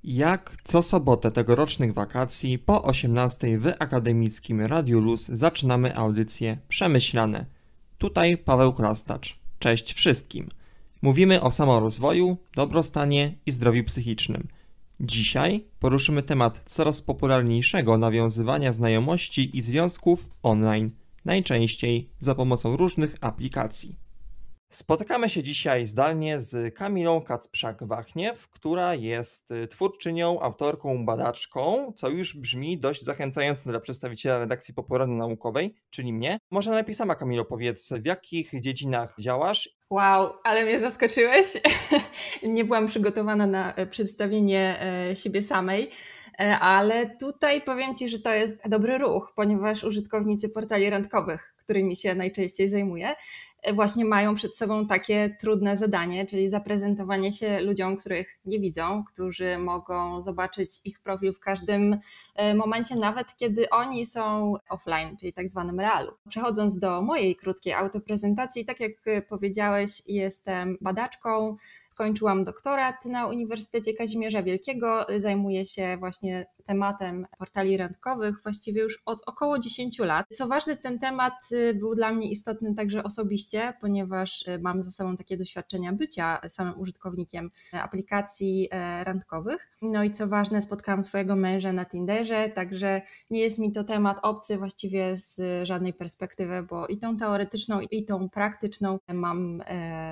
Jak co sobotę tegorocznych wakacji po 18 w akademickim Radiu Luz zaczynamy audycje Przemyślane. Tutaj Paweł Chrastacz. Cześć wszystkim. Mówimy o samorozwoju, dobrostanie i zdrowiu psychicznym. Dzisiaj poruszymy temat coraz popularniejszego nawiązywania znajomości i związków online, najczęściej za pomocą różnych aplikacji. Spotykamy się dzisiaj zdalnie z Kamilą Kacprzak-Wachniew, która jest twórczynią, autorką, badaczką, co już brzmi dość zachęcająco dla przedstawiciela redakcji popularno-naukowej, czyli mnie. Może najlepiej sama, Kamilo, powiedz, w jakich dziedzinach działasz? Wow, ale mnie zaskoczyłeś. Nie byłam przygotowana na przedstawienie siebie samej, ale tutaj powiem Ci, że to jest dobry ruch, ponieważ użytkownicy portali randkowych, którymi się najczęściej zajmuję, właśnie mają przed sobą takie trudne zadanie, czyli zaprezentowanie się ludziom, których nie widzą, którzy mogą zobaczyć ich profil w każdym momencie, nawet kiedy oni są offline, czyli tak zwanym realu. Przechodząc do mojej krótkiej autoprezentacji, tak jak powiedziałeś, jestem badaczką, skończyłam doktorat na Uniwersytecie Kazimierza Wielkiego, zajmuję się właśnie tematem portali randkowych właściwie już od około 10 lat. Co ważne, ten temat był dla mnie istotny także osobiście, ponieważ mam za sobą takie doświadczenia bycia samym użytkownikiem aplikacji randkowych. No i co ważne, spotkałam swojego męża na Tinderze, także nie jest mi to temat obcy właściwie z żadnej perspektywy, bo i tą teoretyczną, i tą praktyczną mam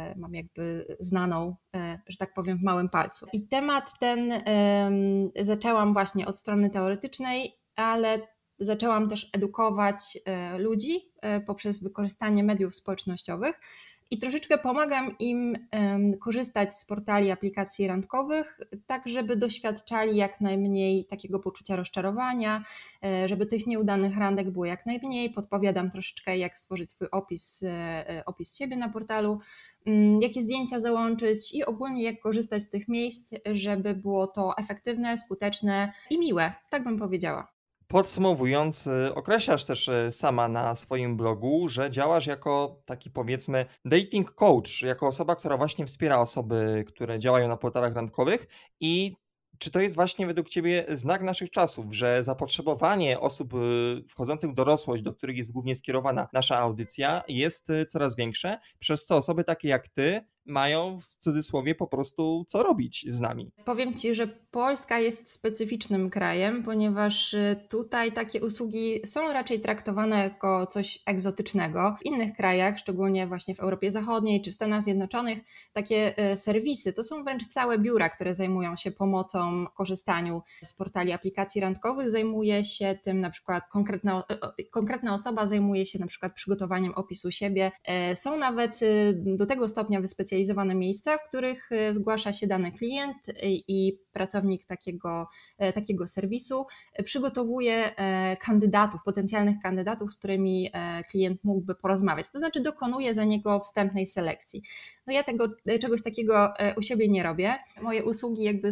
jakby znaną, że tak powiem, w małym palcu. I temat ten zaczęłam właśnie od strony teoretycznej, ale zaczęłam też edukować ludzi poprzez wykorzystanie mediów społecznościowych i troszeczkę pomagam im korzystać z portali aplikacji randkowych, tak żeby doświadczali jak najmniej takiego poczucia rozczarowania, żeby tych nieudanych randek było jak najmniej. Podpowiadam troszeczkę, jak stworzyć swój opis siebie na portalu, jakie zdjęcia załączyć i ogólnie jak korzystać z tych miejsc, żeby było to efektywne, skuteczne i miłe, tak bym powiedziała. Podsumowując, określasz też sama na swoim blogu, że działasz jako taki, powiedzmy, dating coach, jako osoba, która właśnie wspiera osoby, które działają na portalach randkowych. I czy to jest właśnie według Ciebie znak naszych czasów, że zapotrzebowanie osób wchodzących w dorosłość, do których jest głównie skierowana nasza audycja, jest coraz większe, przez co osoby takie jak Ty mają w cudzysłowie po prostu co robić z nami? Powiem Ci, że Polska jest specyficznym krajem, ponieważ tutaj takie usługi są raczej traktowane jako coś egzotycznego. W innych krajach, szczególnie właśnie w Europie Zachodniej czy w Stanach Zjednoczonych, takie serwisy to są wręcz całe biura, które zajmują się pomocą w korzystaniu z portali aplikacji randkowych. Zajmuje się tym na przykład konkretna osoba zajmuje się na przykład przygotowaniem opisu siebie. Są nawet do tego stopnia wyspecjalizowane miejsca, w których zgłasza się dany klient i pracownik takiego serwisu przygotowuje potencjalnych kandydatów, z którymi klient mógłby porozmawiać. To znaczy dokonuje za niego wstępnej selekcji. No ja czegoś takiego u siebie nie robię. Moje usługi jakby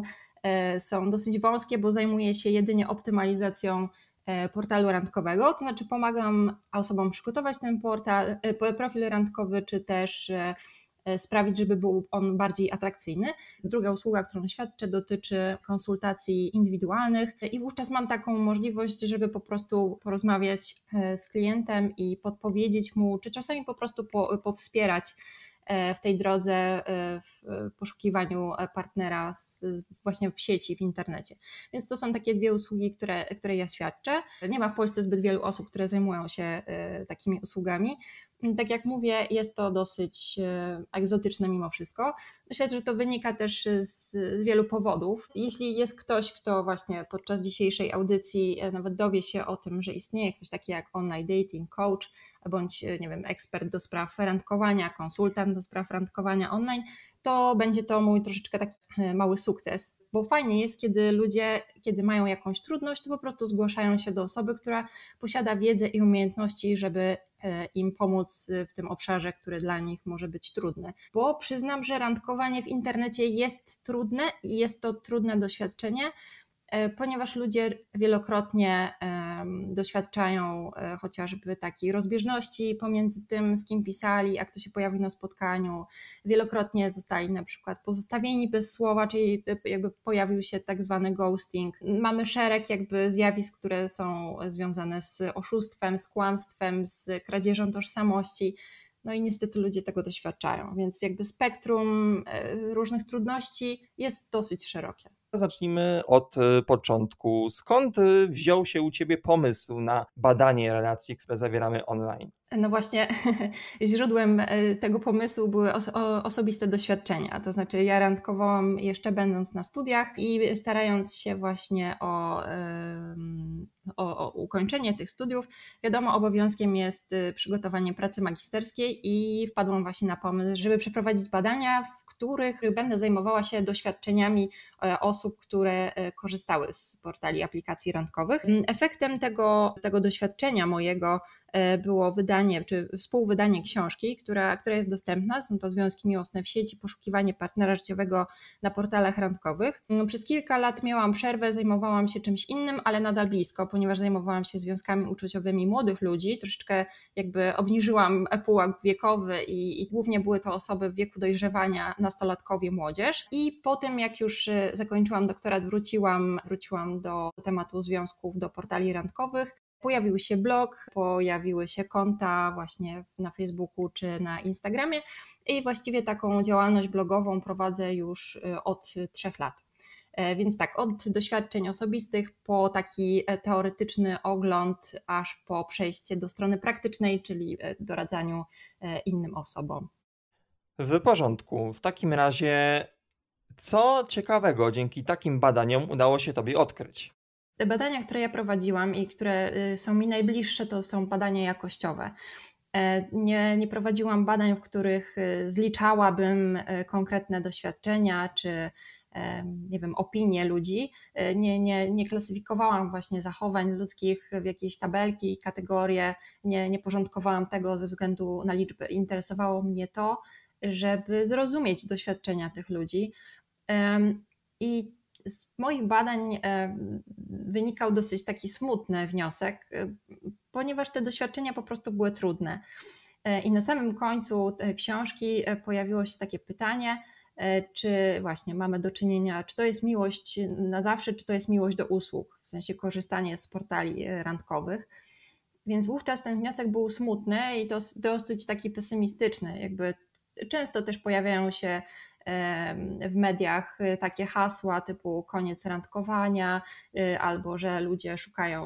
są dosyć wąskie, bo zajmuję się jedynie optymalizacją portalu randkowego, to znaczy pomagam osobom przygotować ten profil randkowy, czy też sprawić, żeby był on bardziej atrakcyjny. Druga usługa, którą świadczę, dotyczy konsultacji indywidualnych i wówczas mam taką możliwość, żeby po prostu porozmawiać z klientem i podpowiedzieć mu, czy czasami po prostu powspierać w tej drodze w poszukiwaniu partnera właśnie w sieci, w internecie. Więc to są takie dwie usługi, które ja świadczę. Nie ma w Polsce zbyt wielu osób, które zajmują się takimi usługami. Tak jak mówię, jest to dosyć egzotyczne mimo wszystko. Myślę, że to wynika też z wielu powodów. Jeśli jest ktoś, kto właśnie podczas dzisiejszej audycji nawet dowie się o tym, że istnieje ktoś taki jak online dating coach, bądź nie wiem, ekspert do spraw randkowania, konsultant do spraw randkowania online, to będzie to mój troszeczkę taki mały sukces, bo fajnie jest, kiedy ludzie, kiedy mają jakąś trudność, to po prostu zgłaszają się do osoby, która posiada wiedzę i umiejętności, żeby im pomóc w tym obszarze, który dla nich może być trudny. Bo przyznam, że randkowanie w internecie jest trudne i jest to trudne doświadczenie, ponieważ ludzie wielokrotnie doświadczają chociażby takiej rozbieżności pomiędzy tym, z kim pisali, a kto się pojawił na spotkaniu. Wielokrotnie zostali na przykład pozostawieni bez słowa, czyli jakby pojawił się tak zwany ghosting. Mamy szereg jakby zjawisk, które są związane z oszustwem, z kłamstwem, z kradzieżą tożsamości. No i niestety ludzie tego doświadczają, więc jakby spektrum różnych trudności jest dosyć szerokie. Zacznijmy od początku. Skąd wziął się u Ciebie pomysł na badanie relacji, które zawieramy online? No właśnie, źródłem tego pomysłu były osobiste doświadczenia. To znaczy, ja randkowałam jeszcze będąc na studiach i starając się właśnie o ukończenie tych studiów, wiadomo, obowiązkiem jest przygotowanie pracy magisterskiej i wpadłam właśnie na pomysł, żeby przeprowadzić badania, w których będę zajmowała się doświadczeniami osób, które korzystały z portali aplikacji randkowych. Efektem tego doświadczenia mojego było wydanie, czy współwydanie książki, która jest dostępna. Są to związki miłosne w sieci, poszukiwanie partnera życiowego na portalach randkowych. Przez kilka lat miałam przerwę, zajmowałam się czymś innym, ale nadal blisko, ponieważ zajmowałam się związkami uczuciowymi młodych ludzi. Troszeczkę jakby obniżyłam pułap wiekowy i głównie były to osoby w wieku dojrzewania, nastolatkowie, młodzież. I po tym, jak już zakończyłam doktorat, wróciłam do tematu związków, do portali randkowych. Pojawił się blog, pojawiły się konta właśnie na Facebooku czy na Instagramie i właściwie taką działalność blogową prowadzę już od 3 lat. Więc tak, od doświadczeń osobistych po taki teoretyczny ogląd, aż po przejście do strony praktycznej, czyli doradzaniu innym osobom. W porządku. W takim razie, co ciekawego dzięki takim badaniom udało się Tobie odkryć? Te badania, które ja prowadziłam i które są mi najbliższe, to są badania jakościowe. Nie prowadziłam badań, w których zliczałabym konkretne doświadczenia czy nie wiem, opinie ludzi. Nie klasyfikowałam właśnie zachowań ludzkich w jakieś tabelki, kategorie, nie porządkowałam tego ze względu na liczby. Interesowało mnie to, żeby zrozumieć doświadczenia tych ludzi. I z moich badań wynikał dosyć taki smutny wniosek, ponieważ te doświadczenia po prostu były trudne. I na samym końcu książki pojawiło się takie pytanie, czy właśnie mamy do czynienia, czy to jest miłość na zawsze, czy to jest miłość do usług, w sensie korzystanie z portali randkowych. Więc wówczas ten wniosek był smutny i to dosyć taki pesymistyczny. Jakby często też pojawiają się w mediach takie hasła typu koniec randkowania, albo że ludzie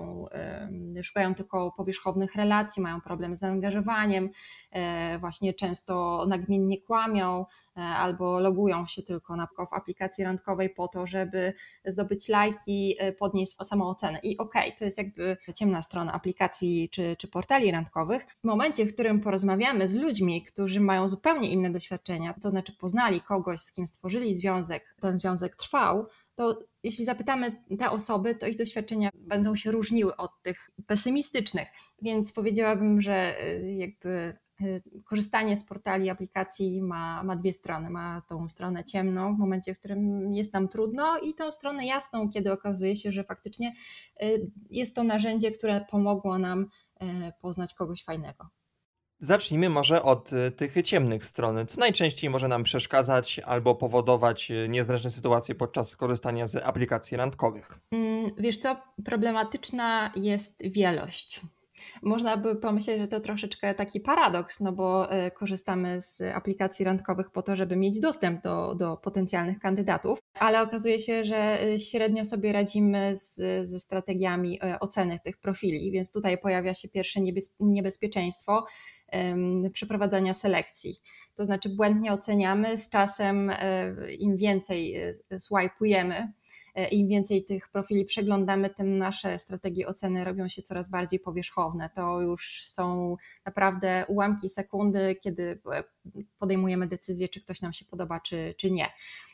szukają tylko powierzchownych relacji, mają problem z zaangażowaniem, właśnie często nagminnie kłamią, albo logują się tylko w aplikacji randkowej po to, żeby zdobyć lajki, podnieść samoocenę. I okej, to jest jakby ciemna strona aplikacji czy portali randkowych. W momencie, w którym porozmawiamy z ludźmi, którzy mają zupełnie inne doświadczenia, to znaczy poznali kogoś, z kim stworzyli związek, ten związek trwał, to jeśli zapytamy te osoby, to ich doświadczenia będą się różniły od tych pesymistycznych. Więc powiedziałabym, że jakby korzystanie z portali, aplikacji ma dwie strony. Ma tą stronę ciemną w momencie, w którym jest nam trudno i tą stronę jasną, kiedy okazuje się, że faktycznie jest to narzędzie, które pomogło nam poznać kogoś fajnego. Zacznijmy może od tych ciemnych stron. Co najczęściej może nam przeszkadzać albo powodować niezręczne sytuacje podczas korzystania z aplikacji randkowych? Wiesz co, problematyczna jest wielość. Można by pomyśleć, że to troszeczkę taki paradoks, no bo korzystamy z aplikacji randkowych po to, żeby mieć dostęp do potencjalnych kandydatów, ale okazuje się, że średnio sobie radzimy ze strategiami oceny tych profili, więc tutaj pojawia się pierwsze niebezpieczeństwo przeprowadzania selekcji. To znaczy błędnie oceniamy, z czasem im więcej swajpujemy, im więcej tych profili przeglądamy, tym nasze strategie oceny robią się coraz bardziej powierzchowne. To już są naprawdę ułamki sekundy, kiedy podejmujemy decyzję, czy ktoś nam się podoba, czy nie.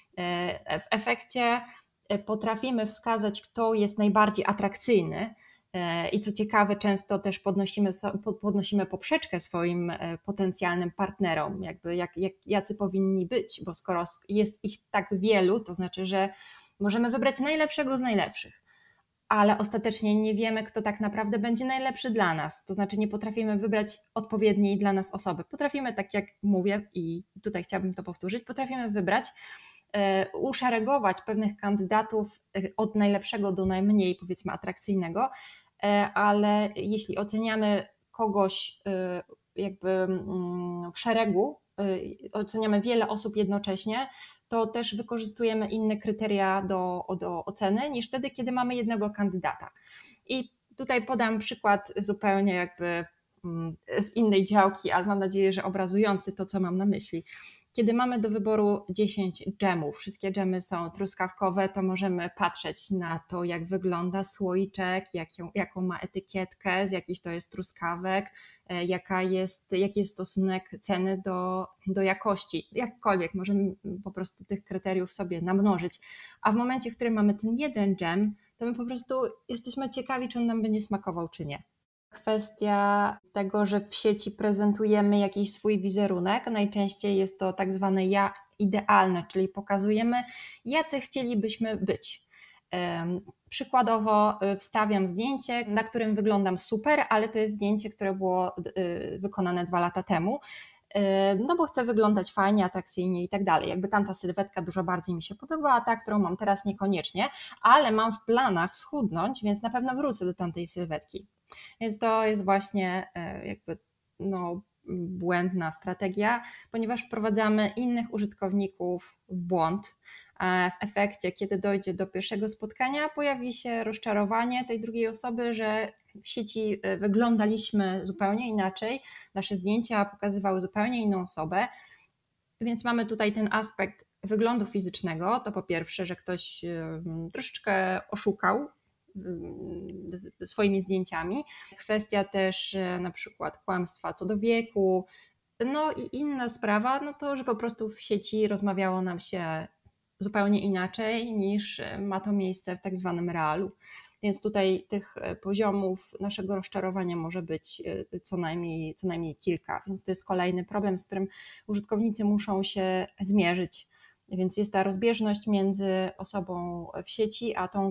W efekcie potrafimy wskazać, kto jest najbardziej atrakcyjny. I co ciekawe, często też podnosimy poprzeczkę swoim potencjalnym partnerom, jakby jacy powinni być, bo skoro jest ich tak wielu, to znaczy, że Możemy wybrać najlepszego z najlepszych, ale ostatecznie nie wiemy, kto tak naprawdę będzie najlepszy dla nas. To znaczy nie potrafimy wybrać odpowiedniej dla nas osoby. Potrafimy, tak jak mówię i tutaj chciałabym to powtórzyć, potrafimy wybrać, uszeregować pewnych kandydatów od najlepszego do najmniej, powiedzmy, atrakcyjnego, ale jeśli oceniamy kogoś jakby w szeregu, oceniamy wiele osób jednocześnie, to też wykorzystujemy inne kryteria do oceny niż wtedy, kiedy mamy jednego kandydata. I tutaj podam przykład zupełnie jakby z innej działki, ale mam nadzieję, że obrazujący to, co mam na myśli. Kiedy mamy do wyboru 10 dżemów, wszystkie dżemy są truskawkowe, to możemy patrzeć na to, jak wygląda słoiczek, jaką ma etykietkę, z jakich to jest truskawek, jaki jest stosunek ceny do jakości. Jakkolwiek możemy po prostu tych kryteriów sobie namnożyć. A w momencie, w którym mamy ten jeden dżem, to my po prostu jesteśmy ciekawi, czy on nam będzie smakował, czy nie. Kwestia tego, że w sieci prezentujemy jakiś swój wizerunek. Najczęściej jest to tak zwane ja idealne, czyli pokazujemy, jacy chcielibyśmy być. Przykładowo wstawiam zdjęcie, na którym wyglądam super, ale to jest zdjęcie, które było wykonane 2 lata temu. No bo chcę wyglądać fajnie, atrakcyjnie i tak dalej. Jakby tamta sylwetka dużo bardziej mi się podobała, ta, którą mam teraz niekoniecznie, ale mam w planach schudnąć, więc na pewno wrócę do tamtej sylwetki. Więc to jest właśnie jakby błędna strategia, ponieważ wprowadzamy innych użytkowników w błąd. W efekcie, kiedy dojdzie do pierwszego spotkania, pojawi się rozczarowanie tej drugiej osoby, że w sieci wyglądaliśmy zupełnie inaczej, nasze zdjęcia pokazywały zupełnie inną osobę, więc mamy tutaj ten aspekt wyglądu fizycznego, to po pierwsze, że ktoś troszeczkę oszukał swoimi zdjęciami. Kwestia też na przykład kłamstwa co do wieku. No i inna sprawa, no to, że po prostu w sieci rozmawiało nam się zupełnie inaczej niż ma to miejsce w tak zwanym realu. Więc tutaj tych poziomów naszego rozczarowania może być co najmniej kilka. Więc to jest kolejny problem, z którym użytkownicy muszą się zmierzyć. Więc jest ta rozbieżność między osobą w sieci, a tą.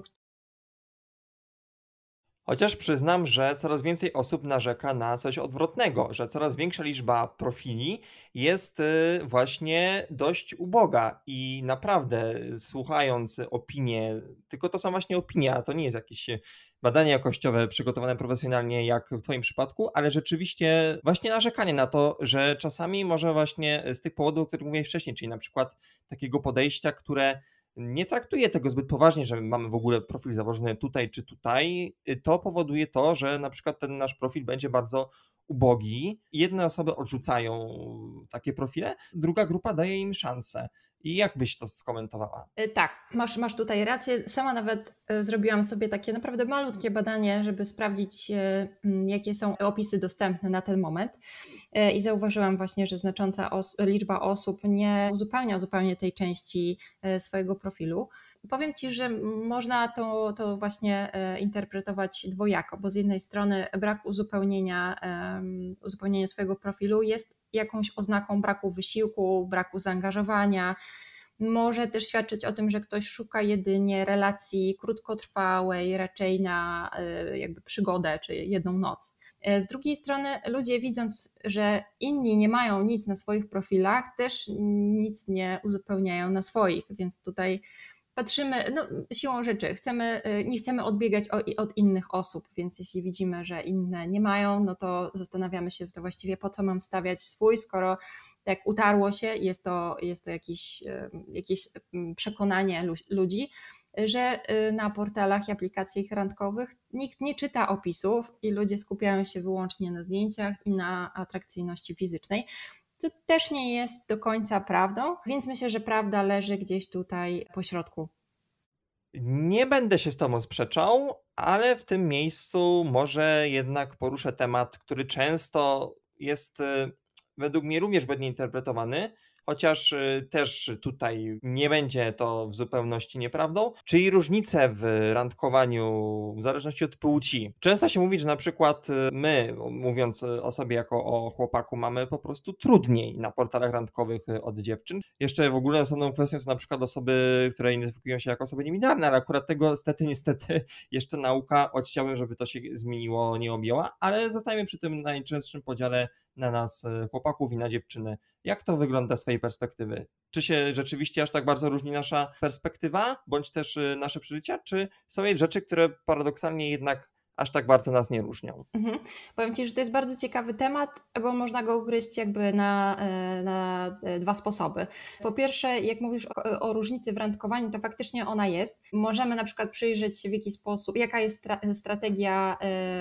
Chociaż przyznam, że coraz więcej osób narzeka na coś odwrotnego, że coraz większa liczba profili jest właśnie dość uboga i naprawdę słuchając opinie, tylko to są właśnie opinie, a to nie jest jakieś badanie jakościowe przygotowane profesjonalnie jak w Twoim przypadku, ale rzeczywiście właśnie narzekanie na to, że czasami może właśnie z tych powodów, o których mówiłem wcześniej, czyli na przykład takiego podejścia, które nie traktuje tego zbyt poważnie, że mamy w ogóle profil założony tutaj czy tutaj, to powoduje to, że na przykład ten nasz profil będzie bardzo ubogi. Jedne osoby odrzucają takie profile, druga grupa daje im szansę. I jak byś to skomentowała? Tak, masz tutaj rację. Sama nawet zrobiłam sobie takie naprawdę malutkie badanie, żeby sprawdzić, jakie są opisy dostępne na ten moment. I zauważyłam właśnie, że znacząca liczba osób nie uzupełnia zupełnie tej części swojego profilu. Powiem Ci, że można to właśnie interpretować dwojako, bo z jednej strony brak uzupełnienia swojego profilu jest jakąś oznaką braku wysiłku, braku zaangażowania. Może też świadczyć o tym, że ktoś szuka jedynie relacji krótkotrwałej, raczej na jakby przygodę czy jedną noc. Z drugiej strony ludzie, widząc, że inni nie mają nic na swoich profilach, też nic nie uzupełniają na swoich, więc tutaj patrzymy, no siłą rzeczy, nie chcemy odbiegać od innych osób, więc jeśli widzimy, że inne nie mają, no to zastanawiamy się, to właściwie po co mam wstawiać swój, skoro tak utarło się, jest to jakieś przekonanie ludzi, że na portalach i aplikacjach randkowych nikt nie czyta opisów i ludzie skupiają się wyłącznie na zdjęciach i na atrakcyjności fizycznej. To też nie jest do końca prawdą, więc myślę, że prawda leży gdzieś tutaj po środku. Nie będę się z Tobą sprzeczał, ale w tym miejscu może jednak poruszę temat, który często jest według mnie również błędnie interpretowany. chociaż też tutaj nie będzie to w zupełności nieprawdą, czyli różnice w randkowaniu w zależności od płci. Często się mówi, że na przykład my, mówiąc o sobie jako o chłopaku, mamy po prostu trudniej na portalach randkowych od dziewczyn. Jeszcze w ogóle osobną kwestią są na przykład osoby, które identyfikują się jako osoby niebinarne, ale akurat tego niestety jeszcze nauka, choć chciałbym, żeby to się zmieniło, nie objęła, ale zostajemy przy tym najczęstszym podziale na nas chłopaków i na dziewczyny. Jak to wygląda z twojej perspektywy? Czy się rzeczywiście aż tak bardzo różni nasza perspektywa, bądź też nasze przeżycia, czy są jest rzeczy, które paradoksalnie jednak aż tak bardzo nas nie różnią? Powiem Ci, że to jest bardzo ciekawy temat, bo można go ugryźć jakby na dwa sposoby. Po pierwsze, jak mówisz o różnicy w randkowaniu, to faktycznie ona jest. Możemy na przykład przyjrzeć się w jaki sposób, jaka jest strategia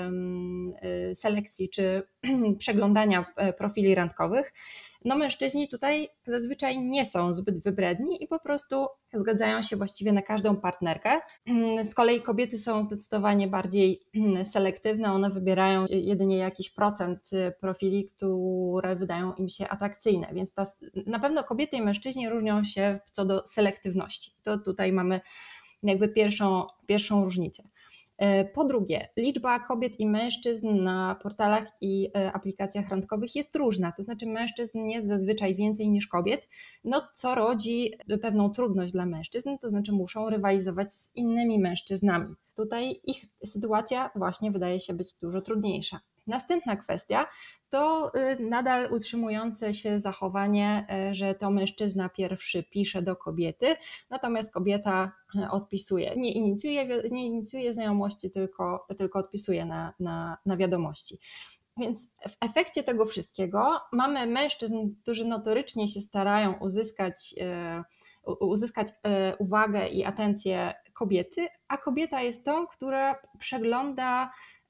selekcji czy przeglądania profili randkowych. No mężczyźni tutaj zazwyczaj nie są zbyt wybredni i po prostu zgadzają się właściwie na każdą partnerkę. Z kolei kobiety są zdecydowanie bardziej selektywne, one wybierają jedynie jakiś procent profili, które wydają im się atrakcyjne, więc na pewno kobiety i mężczyźni różnią się co do selektywności. To tutaj mamy jakby pierwszą różnicę. Po drugie, liczba kobiet i mężczyzn na portalach i aplikacjach randkowych jest różna, to znaczy mężczyzn jest zazwyczaj więcej niż kobiet, no co rodzi pewną trudność dla mężczyzn, to znaczy muszą rywalizować z innymi mężczyznami. Tutaj ich sytuacja właśnie wydaje się być dużo trudniejsza. Następna kwestia to nadal utrzymujące się zachowanie, że to mężczyzna pierwszy pisze do kobiety, natomiast kobieta odpisuje. Nie inicjuje znajomości, tylko odpisuje na wiadomości. Więc w efekcie tego wszystkiego mamy mężczyzn, którzy notorycznie się starają uzyskać uwagę i atencję kobiety, a kobieta jest tą, która przegląda,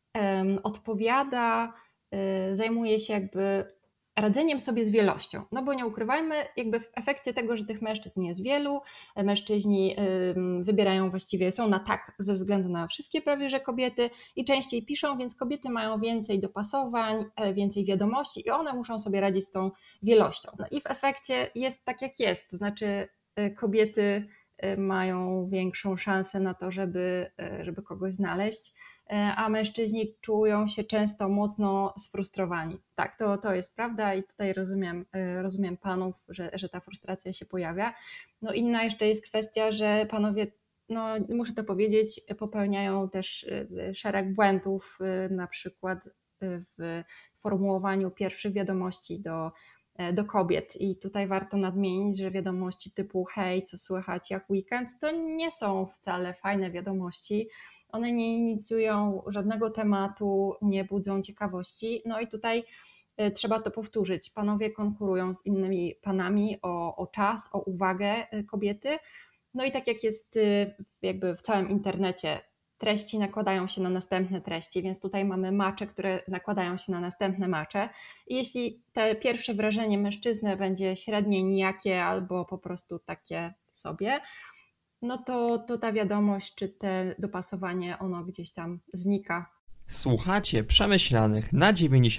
odpowiada, zajmuje się jakby radzeniem sobie z wielością. No bo nie ukrywajmy, jakby w efekcie tego, że tych mężczyzn jest wielu, mężczyźni wybierają właściwie, są na tak ze względu na wszystkie prawie że kobiety i częściej piszą, więc kobiety mają więcej dopasowań, więcej wiadomości i one muszą sobie radzić z tą wielością. No i w efekcie jest tak jak jest, to znaczy kobiety mają większą szansę na to, żeby kogoś znaleźć, a mężczyźni czują się często mocno sfrustrowani. Tak, to jest prawda i tutaj rozumiem panów, że ta frustracja się pojawia. No inna jeszcze jest kwestia, że panowie, no muszę to powiedzieć, popełniają też szereg błędów, na przykład w formułowaniu pierwszych wiadomości do kobiet i tutaj warto nadmienić, że wiadomości typu hej, co słychać, jak weekend, to nie są wcale fajne wiadomości, one nie inicjują żadnego tematu, nie budzą ciekawości, no i tutaj trzeba to powtórzyć. Panowie konkurują z innymi panami o czas, o uwagę kobiety, no i tak jak jest jakby w całym internecie, treści nakładają się na następne treści, więc tutaj mamy macze, które nakładają się na następne macze. I jeśli te pierwsze wrażenie mężczyzny będzie średnie, nijakie albo po prostu takie sobie, no to ta wiadomość czy te dopasowanie, ono gdzieś tam znika. Słuchacie Przemyślanych na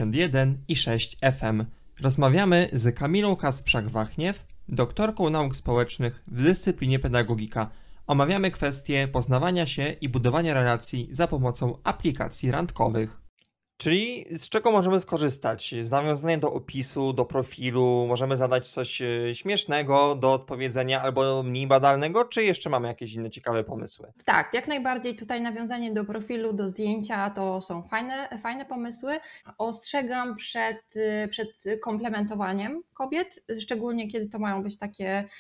91,6 FM. Rozmawiamy z Kamilą Kasprzak-Wachniew, doktorką nauk społecznych w dyscyplinie pedagogika. Omawiamy kwestie poznawania się i budowania relacji za pomocą aplikacji randkowych. Czyli z czego możemy skorzystać? Z nawiązania do opisu, do profilu, możemy zadać coś śmiesznego do odpowiedzenia albo mniej badalnego, czy jeszcze mamy jakieś inne ciekawe pomysły? Tak, jak najbardziej tutaj nawiązanie do profilu, do zdjęcia to są fajne pomysły. Ostrzegam przed komplementowaniem kobiet, szczególnie kiedy to mają być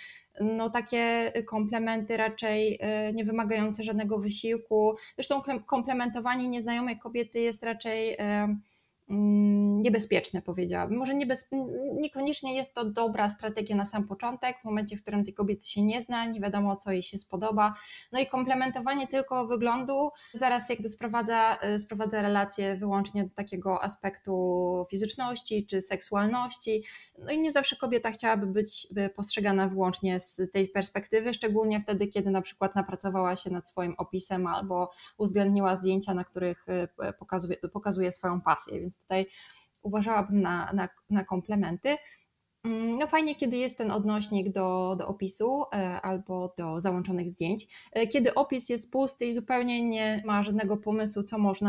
takie komplementy raczej nie wymagające żadnego wysiłku. Zresztą komplementowanie nieznajomej kobiety jest raczej niebezpieczne, powiedziałabym. Może niekoniecznie jest to dobra strategia na sam początek, w momencie, w którym tej kobiety się nie zna, nie wiadomo, co jej się spodoba. No i komplementowanie tylko wyglądu zaraz jakby sprowadza relacje wyłącznie do takiego aspektu fizyczności czy seksualności. No i nie zawsze kobieta chciałaby być postrzegana wyłącznie z tej perspektywy, szczególnie wtedy, kiedy na przykład napracowała się nad swoim opisem albo uwzględniła zdjęcia, na których pokazuje swoją pasję, więc tutaj uważałabym na komplementy. No fajnie, kiedy jest ten odnośnik do opisu albo do załączonych zdjęć. Kiedy opis jest pusty i zupełnie nie ma żadnego pomysłu,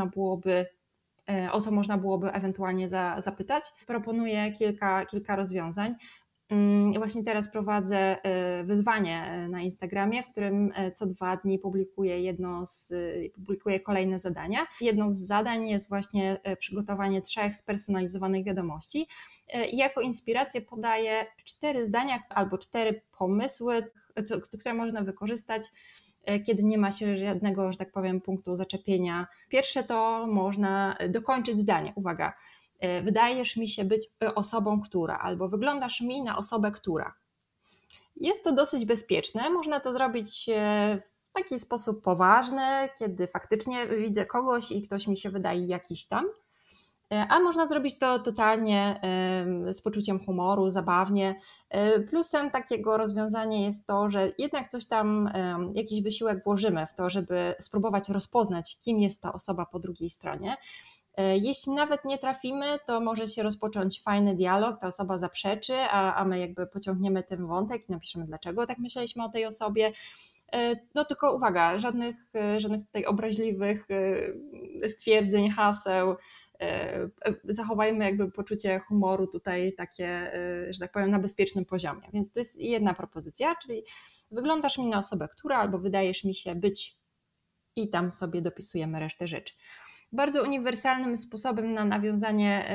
o co można byłoby ewentualnie zapytać, proponuję kilka rozwiązań. Właśnie teraz prowadzę wyzwanie na Instagramie, w którym co 2 dni publikuję kolejne zadania. Jedno z zadań jest właśnie przygotowanie 3 spersonalizowanych wiadomości. I jako inspirację podaję 4 zdania albo 4 pomysły, które można wykorzystać, kiedy nie ma się żadnego, że tak powiem, punktu zaczepienia. Pierwsze to można dokończyć zdanie. Uwaga. Wydajesz mi się być osobą, która, albo wyglądasz mi na osobę, która. Jest to dosyć bezpieczne, można to zrobić w taki sposób poważny, kiedy faktycznie widzę kogoś i ktoś mi się wydaje jakiś tam, a można zrobić to totalnie z poczuciem humoru, zabawnie. Plusem takiego rozwiązania jest to, że jednak coś tam, jakiś wysiłek włożymy w to, żeby spróbować rozpoznać, kim jest ta osoba po drugiej stronie. Jeśli nawet nie trafimy, to może się rozpocząć fajny dialog, ta osoba zaprzeczy, a my jakby pociągniemy ten wątek i napiszemy, dlaczego tak myśleliśmy o tej osobie. No tylko uwaga, żadnych tutaj obraźliwych stwierdzeń, haseł. Zachowajmy jakby poczucie humoru tutaj takie, że tak powiem, na bezpiecznym poziomie. Więc to jest jedna propozycja, czyli wyglądasz mi na osobę, która, albo wydajesz mi się być, i tam sobie dopisujemy resztę rzeczy. Bardzo uniwersalnym sposobem na nawiązanie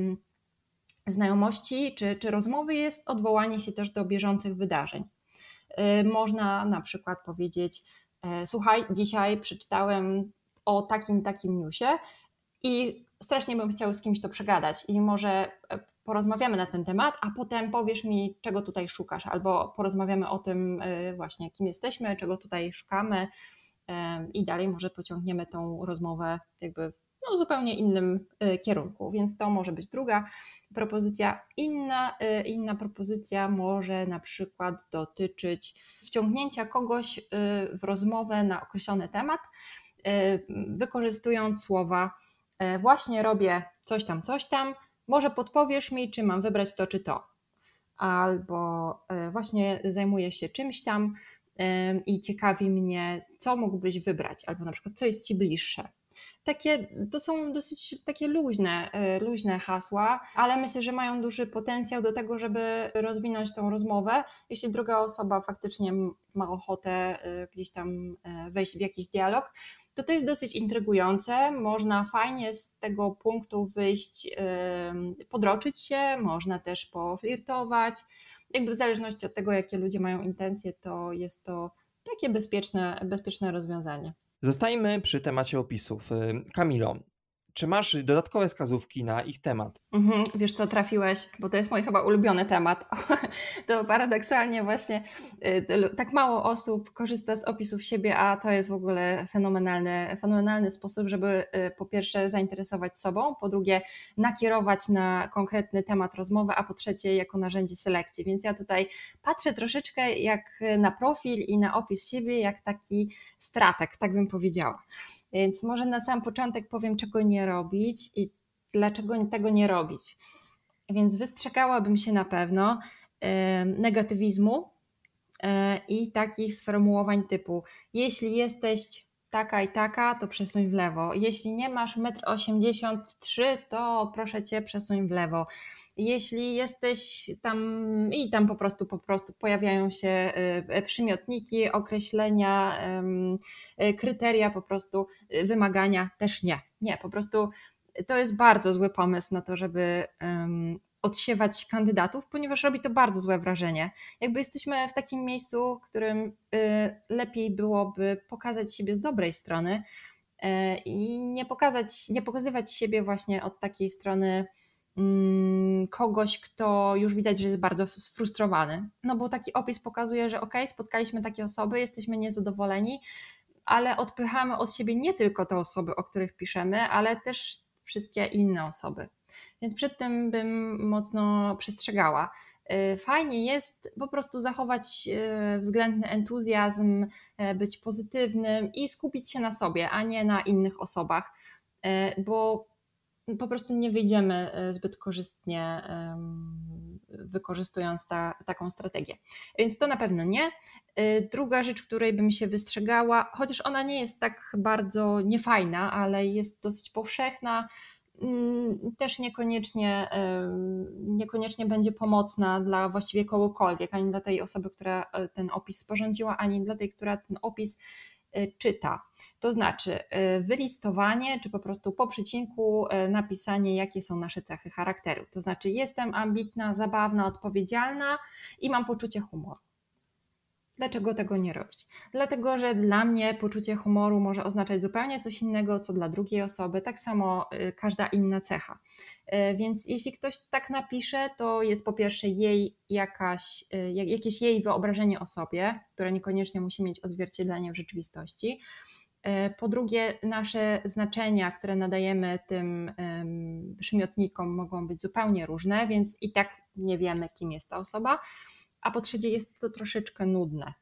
znajomości czy rozmowy jest odwołanie się też do bieżących wydarzeń. Można na przykład powiedzieć: słuchaj, dzisiaj przeczytałem o takim newsie i strasznie bym chciał z kimś to przegadać i może porozmawiamy na ten temat, a potem powiesz mi, czego tutaj szukasz, albo porozmawiamy o tym właśnie, kim jesteśmy, czego tutaj szukamy, i dalej może pociągniemy tą rozmowę jakby w zupełnie innym kierunku, więc to może być druga propozycja. Inna propozycja może na przykład dotyczyć wciągnięcia kogoś w rozmowę na określony temat, wykorzystując słowa: właśnie robię coś tam, może podpowiesz mi, czy mam wybrać to czy to, albo właśnie zajmuję się czymś tam i ciekawi mnie, co mógłbyś wybrać, albo na przykład co jest ci bliższe. To są dosyć takie luźne hasła, ale myślę, że mają duży potencjał do tego, żeby rozwinąć tą rozmowę. Jeśli druga osoba faktycznie ma ochotę gdzieś tam wejść w jakiś dialog, to jest dosyć intrygujące. Można fajnie z tego punktu wyjść, podroczyć się, można też poflirtować. Jakby w zależności od tego, jakie ludzie mają intencje, to jest to takie bezpieczne rozwiązanie. Zostajmy przy temacie opisów. Kamilo, czy masz dodatkowe wskazówki na ich temat? Wiesz co, trafiłeś, bo to jest mój chyba ulubiony temat. To paradoksalnie właśnie tak mało osób korzysta z opisów siebie, a to jest w ogóle fenomenalny sposób, żeby po pierwsze zainteresować sobą, po drugie nakierować na konkretny temat rozmowy, a po trzecie jako narzędzie selekcji. Więc ja tutaj patrzę troszeczkę jak na profil i na opis siebie, jak taki strateg, tak bym powiedziała. Więc może na sam początek powiem, czego nie robić i dlaczego tego nie robić. Więc wystrzegałabym się na pewno negatywizmu i takich sformułowań typu: jeśli jesteś taka i taka, to przesuń w lewo. Jeśli nie masz 1,83 m, to proszę cię, przesuń w lewo. Jeśli jesteś tam i tam po prostu pojawiają się przymiotniki, określenia, kryteria, po prostu wymagania też nie, po prostu to jest bardzo zły pomysł na to, żeby odsiewać kandydatów, ponieważ robi to bardzo złe wrażenie. Jakby jesteśmy w takim miejscu, w którym lepiej byłoby pokazać siebie z dobrej strony i nie pokazywać siebie właśnie od takiej strony kogoś, kto już widać, że jest bardzo sfrustrowany. No bo taki opis pokazuje, że spotkaliśmy takie osoby, jesteśmy niezadowoleni, ale odpychamy od siebie nie tylko te osoby, o których piszemy, ale też wszystkie inne osoby. Więc przed tym bym mocno przestrzegała. Fajnie jest po prostu zachować względny entuzjazm, być pozytywnym i skupić się na sobie, a nie na innych osobach, bo po prostu nie wyjdziemy zbyt korzystnie wykorzystując taką strategię. Więc to na pewno nie. Druga rzecz, której bym się wystrzegała, chociaż ona nie jest tak bardzo niefajna, ale jest dosyć powszechna, też niekoniecznie będzie pomocna dla właściwie kogokolwiek, ani dla tej osoby, która ten opis sporządziła, ani dla tej, która ten opis czyta. To znaczy wylistowanie, czy po prostu po przecinku napisanie, jakie są nasze cechy charakteru. To znaczy jestem ambitna, zabawna, odpowiedzialna i mam poczucie humoru. Dlaczego tego nie robić? Dlatego, że dla mnie poczucie humoru może oznaczać zupełnie coś innego, co dla drugiej osoby, tak samo każda inna cecha. Więc jeśli ktoś tak napisze, to jest po pierwsze jakieś jej wyobrażenie o sobie, które niekoniecznie musi mieć odzwierciedlenie w rzeczywistości. Po drugie, nasze znaczenia, które nadajemy tym przymiotnikom, mogą być zupełnie różne, więc i tak nie wiemy, kim jest ta osoba. A po trzecie, jest to troszeczkę nudne.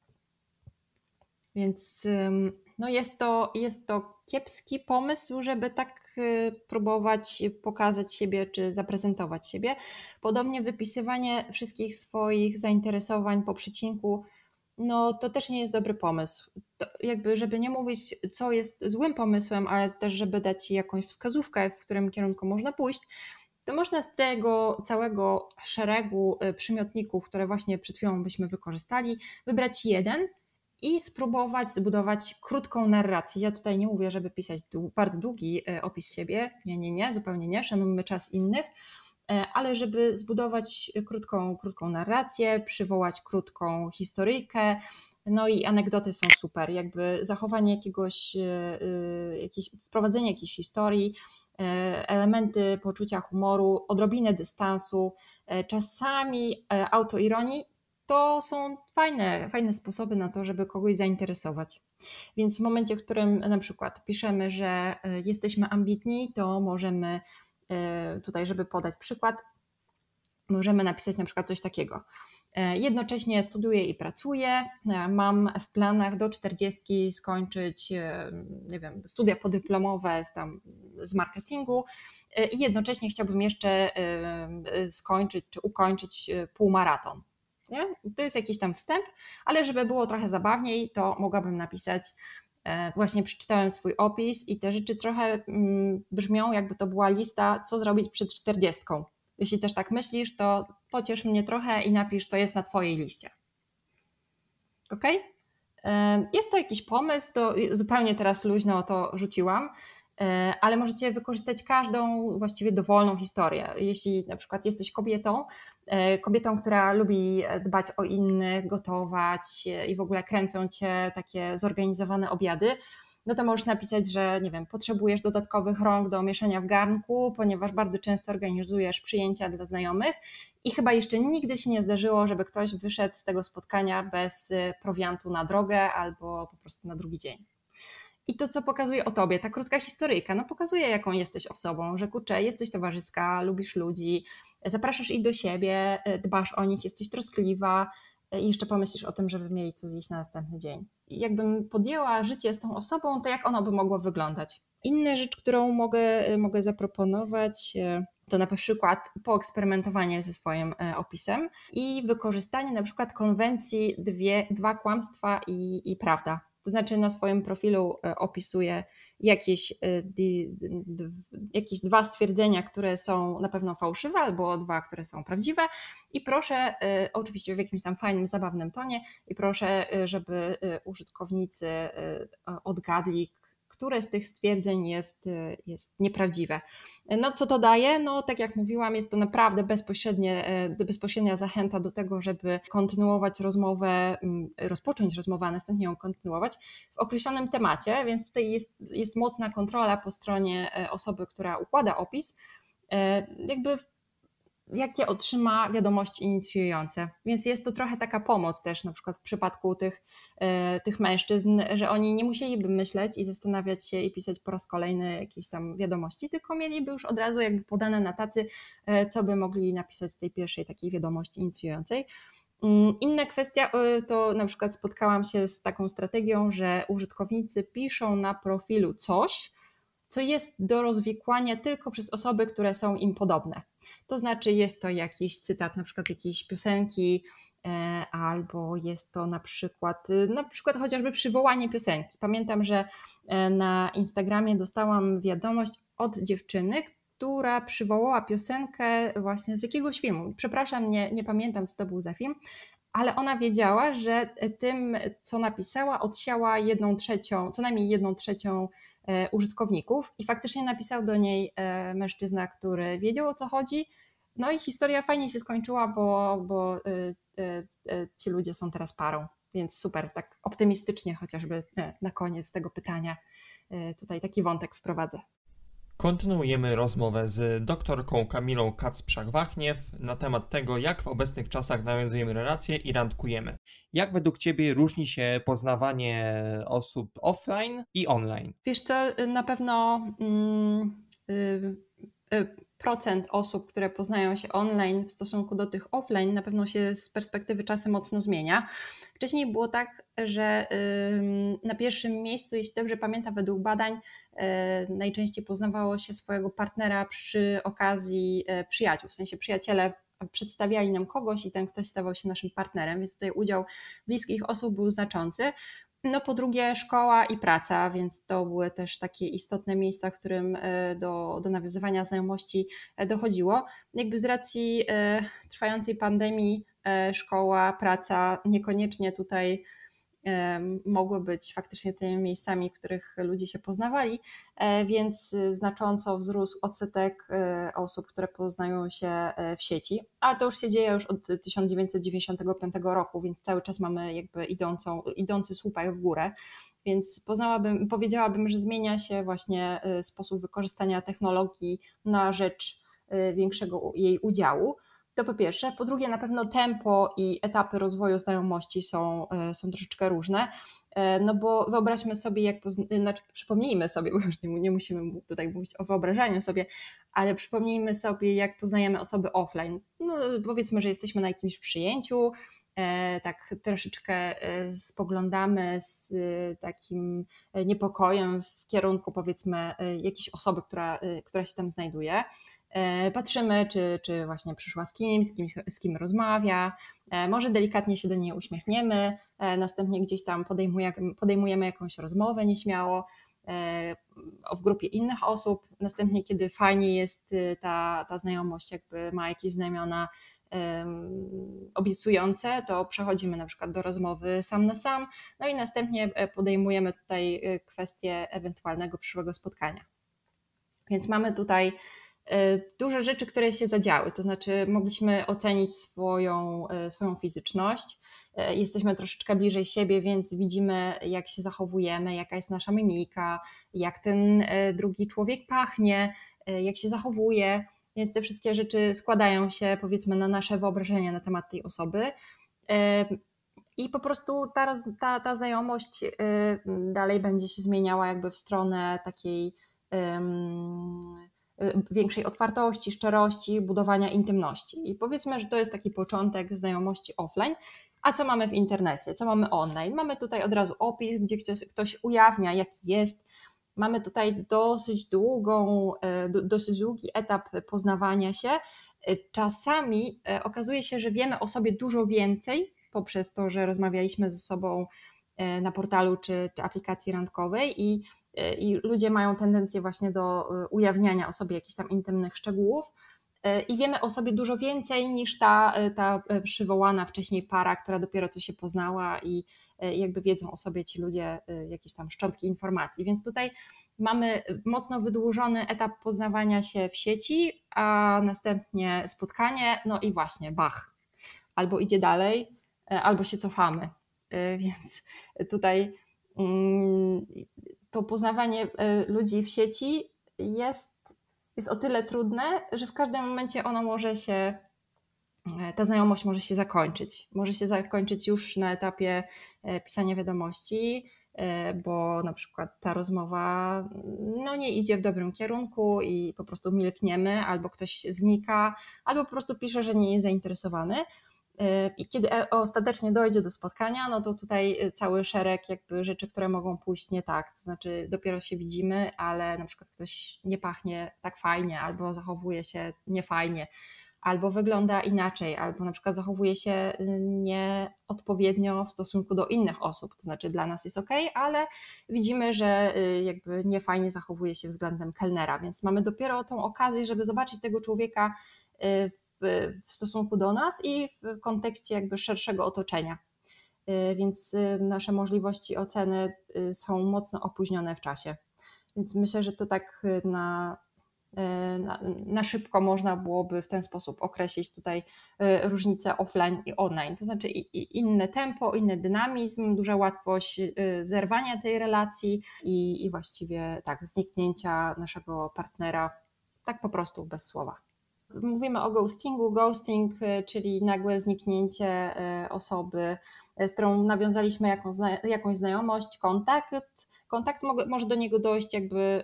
Więc no jest to kiepski pomysł, żeby tak próbować pokazać siebie czy zaprezentować siebie. Podobnie wypisywanie wszystkich swoich zainteresowań po przecinku, no to też nie jest dobry pomysł. To jakby, żeby nie mówić, co jest złym pomysłem, ale też, żeby dać ci jakąś wskazówkę, w którym kierunku można pójść, to można z tego całego szeregu przymiotników, które właśnie przed chwilą byśmy wykorzystali, wybrać jeden i spróbować zbudować krótką narrację. Ja tutaj nie mówię, żeby pisać bardzo długi opis siebie, nie, zupełnie nie, szanujmy czas innych, ale żeby zbudować krótką narrację, przywołać krótką historyjkę, no i anegdoty są super, jakby zachowanie wprowadzenie jakiejś historii, elementy poczucia humoru, odrobinę dystansu, czasami autoironii, to są fajne sposoby na to, żeby kogoś zainteresować. Więc w momencie, w którym na przykład piszemy, że jesteśmy ambitni, to możemy tutaj, żeby podać przykład, możemy napisać na przykład coś takiego. Jednocześnie studiuję i pracuję, mam w planach do 40 skończyć, nie wiem, studia podyplomowe z marketingu i jednocześnie chciałbym jeszcze skończyć czy ukończyć półmaraton. Nie? To jest jakiś tam wstęp, ale żeby było trochę zabawniej, to mogłabym napisać, właśnie przeczytałem swój opis i te rzeczy trochę brzmią, jakby to była lista, co zrobić przed 40. Jeśli też tak myślisz, to pociesz mnie trochę i napisz, co jest na twojej liście. Ok? Jest to jakiś pomysł, to zupełnie teraz luźno to rzuciłam, ale możecie wykorzystać każdą właściwie dowolną historię. Jeśli na przykład jesteś kobietą, która lubi dbać o innych, gotować i w ogóle kręcą cię takie zorganizowane obiady, no to możesz napisać, że nie wiem, potrzebujesz dodatkowych rąk do mieszania w garnku, ponieważ bardzo często organizujesz przyjęcia dla znajomych i chyba jeszcze nigdy się nie zdarzyło, żeby ktoś wyszedł z tego spotkania bez prowiantu na drogę albo po prostu na drugi dzień. I to, co pokazuje o tobie, ta krótka historyjka, no pokazuje, jaką jesteś osobą, że kurczę, jesteś towarzyska, lubisz ludzi, zapraszasz ich do siebie, dbasz o nich, jesteś troskliwa i jeszcze pomyślisz o tym, żeby mieli co zjeść na następny dzień. I jakbym podjęła życie z tą osobą, to jak ono by mogło wyglądać? Inna rzecz, którą mogę zaproponować, to na przykład poeksperymentowanie ze swoim opisem i wykorzystanie na przykład konwencji dwa kłamstwa i prawda. To znaczy na swoim profilu opisuję jakieś dwa stwierdzenia, które są na pewno fałszywe, albo dwa, które są prawdziwe i proszę, oczywiście w jakimś tam fajnym, zabawnym tonie i proszę, żeby użytkownicy odgadli, które z tych stwierdzeń jest nieprawdziwe. No co to daje? No tak jak mówiłam, jest to naprawdę bezpośrednia zachęta do tego, żeby kontynuować rozmowę, rozpocząć rozmowę, a następnie ją kontynuować w określonym temacie, więc tutaj jest mocna kontrola po stronie osoby, która układa opis, jakby jakie otrzyma wiadomości inicjujące. Więc jest to trochę taka pomoc też na przykład w przypadku tych mężczyzn, że oni nie musieliby myśleć i zastanawiać się i pisać po raz kolejny jakieś tam wiadomości, tylko mieliby już od razu jakby podane na tacy, co by mogli napisać w tej pierwszej takiej wiadomości inicjującej. Inna kwestia to na przykład spotkałam się z taką strategią, że użytkownicy piszą na profilu coś, co jest do rozwikłania tylko przez osoby, które są im podobne. To znaczy jest to jakiś cytat na przykład jakiejś piosenki, albo jest to na przykład chociażby przywołanie piosenki. Pamiętam, że na Instagramie dostałam wiadomość od dziewczyny, która przywołała piosenkę właśnie z jakiegoś filmu. Przepraszam, nie pamiętam, co to był za film, ale ona wiedziała, że tym, co napisała, odsiała co najmniej 1/3 użytkowników i faktycznie napisał do niej mężczyzna, który wiedział, o co chodzi. No i historia fajnie się skończyła, bo ci ludzie są teraz parą, więc super, tak optymistycznie chociażby na koniec tego pytania tutaj taki wątek wprowadzę. Kontynuujemy rozmowę z doktorką Kamilą Kacprzak-Wachniew na temat tego, jak w obecnych czasach nawiązujemy relacje i randkujemy. Jak według Ciebie różni się poznawanie osób offline i online? Wiesz co, na pewno procent osób, które poznają się online w stosunku do tych offline na pewno się z perspektywy czasu mocno zmienia. Wcześniej było tak, że na pierwszym miejscu, jeśli dobrze pamiętam, według badań najczęściej poznawało się swojego partnera przy okazji przyjaciół, w sensie przyjaciele przedstawiali nam kogoś i ten ktoś stawał się naszym partnerem, więc tutaj udział bliskich osób był znaczący. No po drugie szkoła i praca, więc to były też takie istotne miejsca, w którym do nawiązywania znajomości dochodziło. Jakby z racji trwającej pandemii szkoła, praca niekoniecznie tutaj mogły być faktycznie tymi miejscami, w których ludzie się poznawali, więc znacząco wzrósł odsetek osób, które poznają się w sieci, ale to już się dzieje już od 1995 roku, więc cały czas mamy jakby idący słupek w górę, więc powiedziałabym, że zmienia się właśnie sposób wykorzystania technologii na rzecz większego jej udziału. To po pierwsze. Po drugie, na pewno tempo i etapy rozwoju znajomości są troszeczkę różne, no bo wyobraźmy sobie, przypomnijmy sobie, bo już nie musimy tutaj mówić o wyobrażaniu sobie, ale przypomnijmy sobie, jak poznajemy osoby offline. No, powiedzmy, że jesteśmy na jakimś przyjęciu, tak troszeczkę spoglądamy z takim niepokojem w kierunku, powiedzmy, jakiejś osoby, która się tam znajduje. Patrzymy, czy właśnie przyszła z kim rozmawia, może delikatnie się do niej uśmiechniemy, następnie gdzieś tam podejmujemy jakąś rozmowę nieśmiało w grupie innych osób, następnie kiedy fajnie jest ta znajomość, jakby ma jakieś znamiona obiecujące, to przechodzimy na przykład do rozmowy sam na sam, no i następnie podejmujemy tutaj kwestię ewentualnego przyszłego spotkania. Więc mamy tutaj duże rzeczy, które się zadziały, to znaczy mogliśmy ocenić swoją fizyczność, jesteśmy troszeczkę bliżej siebie, więc widzimy, jak się zachowujemy, jaka jest nasza mimika, jak ten drugi człowiek pachnie, jak się zachowuje, więc te wszystkie rzeczy składają się, powiedzmy, na nasze wyobrażenia na temat tej osoby. I po prostu ta znajomość dalej będzie się zmieniała jakby w stronę takiej większej otwartości, szczerości, budowania intymności. I powiedzmy, że to jest taki początek znajomości offline. A co mamy w internecie? Co mamy online? Mamy tutaj od razu opis, gdzie ktoś ujawnia, jaki jest. Mamy tutaj dosyć długi etap poznawania się. Czasami okazuje się, że wiemy o sobie dużo więcej poprzez to, że rozmawialiśmy ze sobą na portalu czy aplikacji randkowej i ludzie mają tendencję właśnie do ujawniania o sobie jakichś tam intymnych szczegółów i wiemy o sobie dużo więcej niż ta przywołana wcześniej para, która dopiero co się poznała i jakby wiedzą o sobie ci ludzie jakieś tam szczątki informacji. Więc tutaj mamy mocno wydłużony etap poznawania się w sieci, a następnie spotkanie, no i właśnie bach. Albo idzie dalej, albo się cofamy. Więc tutaj to poznawanie ludzi w sieci jest o tyle trudne, że w każdym momencie ta znajomość może się zakończyć. Może się zakończyć już na etapie pisania wiadomości, bo na przykład ta rozmowa nie idzie w dobrym kierunku i po prostu milkniemy, albo ktoś znika, albo po prostu pisze, że nie jest zainteresowany. I kiedy ostatecznie dojdzie do spotkania, no to tutaj cały szereg jakby rzeczy, które mogą pójść nie tak. To znaczy dopiero się widzimy, ale na przykład ktoś nie pachnie tak fajnie, albo zachowuje się niefajnie, albo wygląda inaczej, albo na przykład zachowuje się nieodpowiednio w stosunku do innych osób. To znaczy dla nas jest ok, ale widzimy, że jakby niefajnie zachowuje się względem kelnera, więc mamy dopiero tą okazję, żeby zobaczyć tego człowieka w stosunku do nas i w kontekście jakby szerszego otoczenia. Więc nasze możliwości oceny są mocno opóźnione w czasie. Więc myślę, że to tak na szybko można byłoby w ten sposób określić tutaj różnice offline i online. To znaczy inne tempo, inny dynamizm, duża łatwość zerwania tej relacji i właściwie tak, zniknięcia naszego partnera tak po prostu bez słowa. Mówimy o ghostingu. Ghosting, czyli nagłe zniknięcie osoby, z którą nawiązaliśmy jakąś znajomość, kontakt może do niego dojść jakby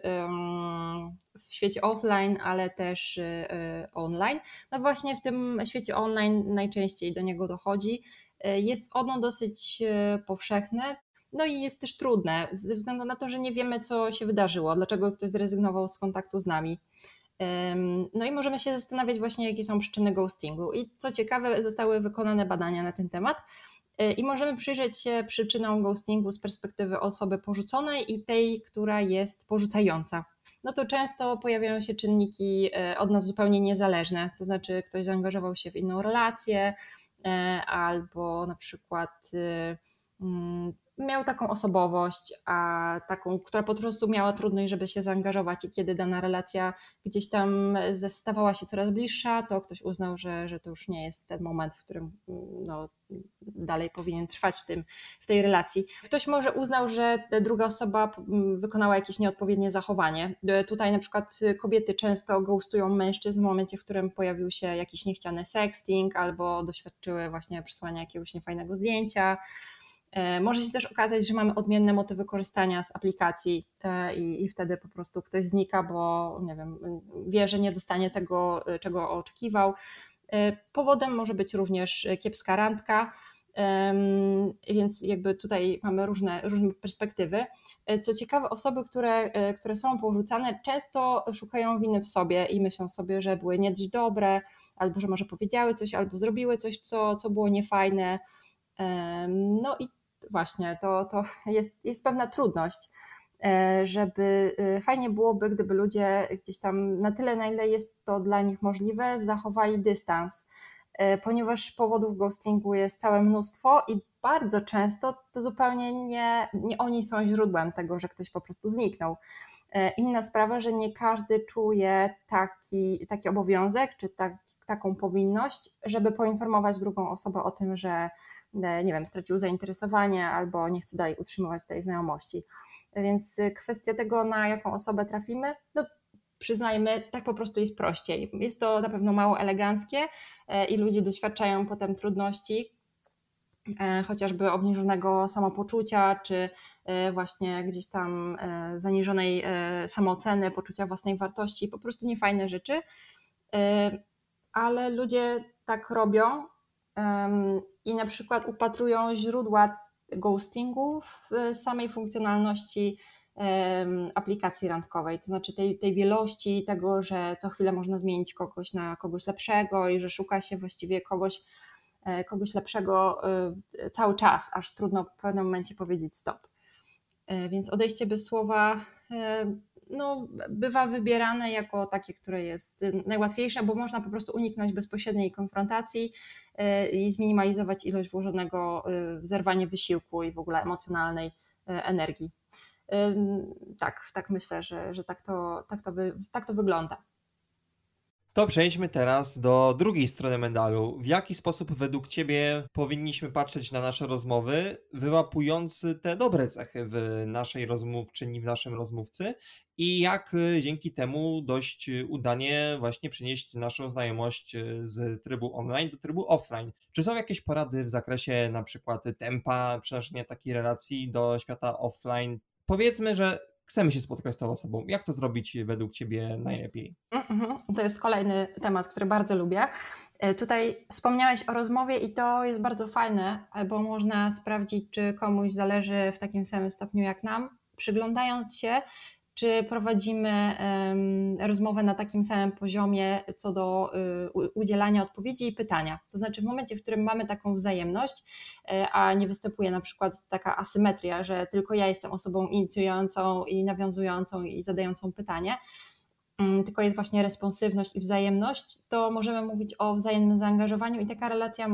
w świecie offline, ale też online. No właśnie w tym świecie online najczęściej do niego dochodzi. Jest ono dosyć powszechne, no i jest też trudne, ze względu na to, że nie wiemy, co się wydarzyło, dlaczego ktoś zrezygnował z kontaktu z nami. No i możemy się zastanawiać właśnie, jakie są przyczyny ghostingu. I co ciekawe, zostały wykonane badania na ten temat i możemy przyjrzeć się przyczynom ghostingu z perspektywy osoby porzuconej i tej, która jest porzucająca. No to często pojawiają się czynniki od nas zupełnie niezależne, to znaczy ktoś zaangażował się w inną relację albo na przykład miał taką osobowość, a taką, która po prostu miała trudność, żeby się zaangażować i kiedy dana relacja gdzieś tam stawała się coraz bliższa, to ktoś uznał, że to już nie jest ten moment, w którym no, dalej powinien trwać w tej relacji. Ktoś może uznał, że druga osoba wykonała jakieś nieodpowiednie zachowanie. Tutaj na przykład kobiety często ghostują mężczyzn w momencie, w którym pojawił się jakiś niechciany sexting albo doświadczyły właśnie przesłania jakiegoś niefajnego zdjęcia. Może się też okazać, że mamy odmienne motywy korzystania z aplikacji i wtedy po prostu ktoś znika, bo nie wiem, wie, że nie dostanie tego, czego oczekiwał. Powodem może być również kiepska randka, więc jakby tutaj mamy różne perspektywy. Co ciekawe, osoby, które są porzucane, często szukają winy w sobie i myślą sobie, że były nie dość dobre, albo że może powiedziały coś, albo zrobiły coś, co było niefajne. No i właśnie to jest pewna trudność, żeby fajnie byłoby, gdyby ludzie gdzieś tam na tyle, na ile jest to dla nich możliwe, zachowali dystans, ponieważ powodów ghostingu jest całe mnóstwo i bardzo często to zupełnie nie oni są źródłem tego, że ktoś po prostu zniknął. Inna sprawa, że nie każdy czuje taki obowiązek czy taką powinność, żeby poinformować drugą osobę o tym, że nie wiem, stracił zainteresowanie albo nie chce dalej utrzymywać tej znajomości. Więc kwestia tego, na jaką osobę trafimy, no przyznajmy, tak po prostu jest prościej. Jest to na pewno mało eleganckie i ludzie doświadczają potem trudności, chociażby obniżonego samopoczucia, czy właśnie gdzieś tam zaniżonej samooceny, poczucia własnej wartości, po prostu niefajne rzeczy. Ale ludzie tak robią i na przykład upatrują źródła ghostingu w samej funkcjonalności aplikacji randkowej, to znaczy tej wielości tego, że co chwilę można zmienić kogoś na kogoś lepszego i że szuka się właściwie kogoś lepszego cały czas, aż trudno w pewnym momencie powiedzieć stop. Więc odejście bez słowa no, bywa wybierane jako takie, które jest najłatwiejsze, bo można po prostu uniknąć bezpośredniej konfrontacji i zminimalizować ilość włożonego w zerwanie wysiłku i w ogóle emocjonalnej energii. Tak myślę, że tak to wygląda. To przejdźmy teraz do drugiej strony medalu. W jaki sposób według Ciebie powinniśmy patrzeć na nasze rozmowy, wyłapując te dobre cechy w naszej rozmówczyni, w naszym rozmówcy i jak dzięki temu dość udanie właśnie przenieść naszą znajomość z trybu online do trybu offline? Czy są jakieś porady w zakresie na przykład tempa przenoszenia takiej relacji do świata offline? Powiedzmy, że chcemy się spotkać z tą osobą. Jak to zrobić według Ciebie najlepiej? To jest kolejny temat, który bardzo lubię. Tutaj wspomniałeś o rozmowie i to jest bardzo fajne, bo można sprawdzić, czy komuś zależy w takim samym stopniu jak nam, przyglądając się, czy prowadzimy rozmowę na takim samym poziomie co do udzielania odpowiedzi i pytania. To znaczy w momencie, w którym mamy taką wzajemność, a nie występuje na przykład taka asymetria, że tylko ja jestem osobą inicjującą i nawiązującą i zadającą pytanie, tylko jest właśnie responsywność i wzajemność, to możemy mówić o wzajemnym zaangażowaniu i taka relacja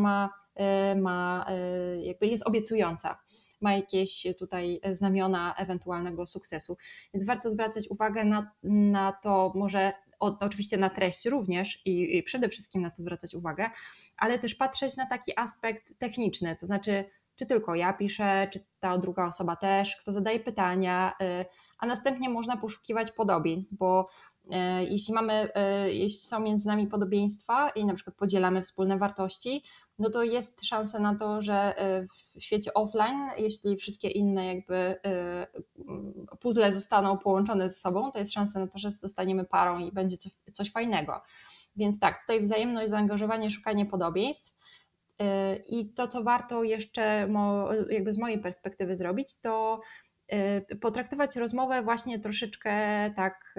jakby jest obiecująca, ma jakieś tutaj znamiona ewentualnego sukcesu. Więc warto zwracać uwagę na to, może oczywiście na treść również i przede wszystkim na to zwracać uwagę, ale też patrzeć na taki aspekt techniczny, to znaczy czy tylko ja piszę, czy ta druga osoba też, kto zadaje pytania, a następnie można poszukiwać podobieństw, bo jeśli są między nami podobieństwa i na przykład podzielamy wspólne wartości, no to jest szansa na to, że w świecie offline, jeśli wszystkie inne jakby puzzle zostaną połączone ze sobą, to jest szansa na to, że zostaniemy parą i będzie coś fajnego. Więc tak, tutaj wzajemność, zaangażowanie, szukanie podobieństw. I to, co warto jeszcze jakby z mojej perspektywy zrobić, to potraktować rozmowę właśnie troszeczkę tak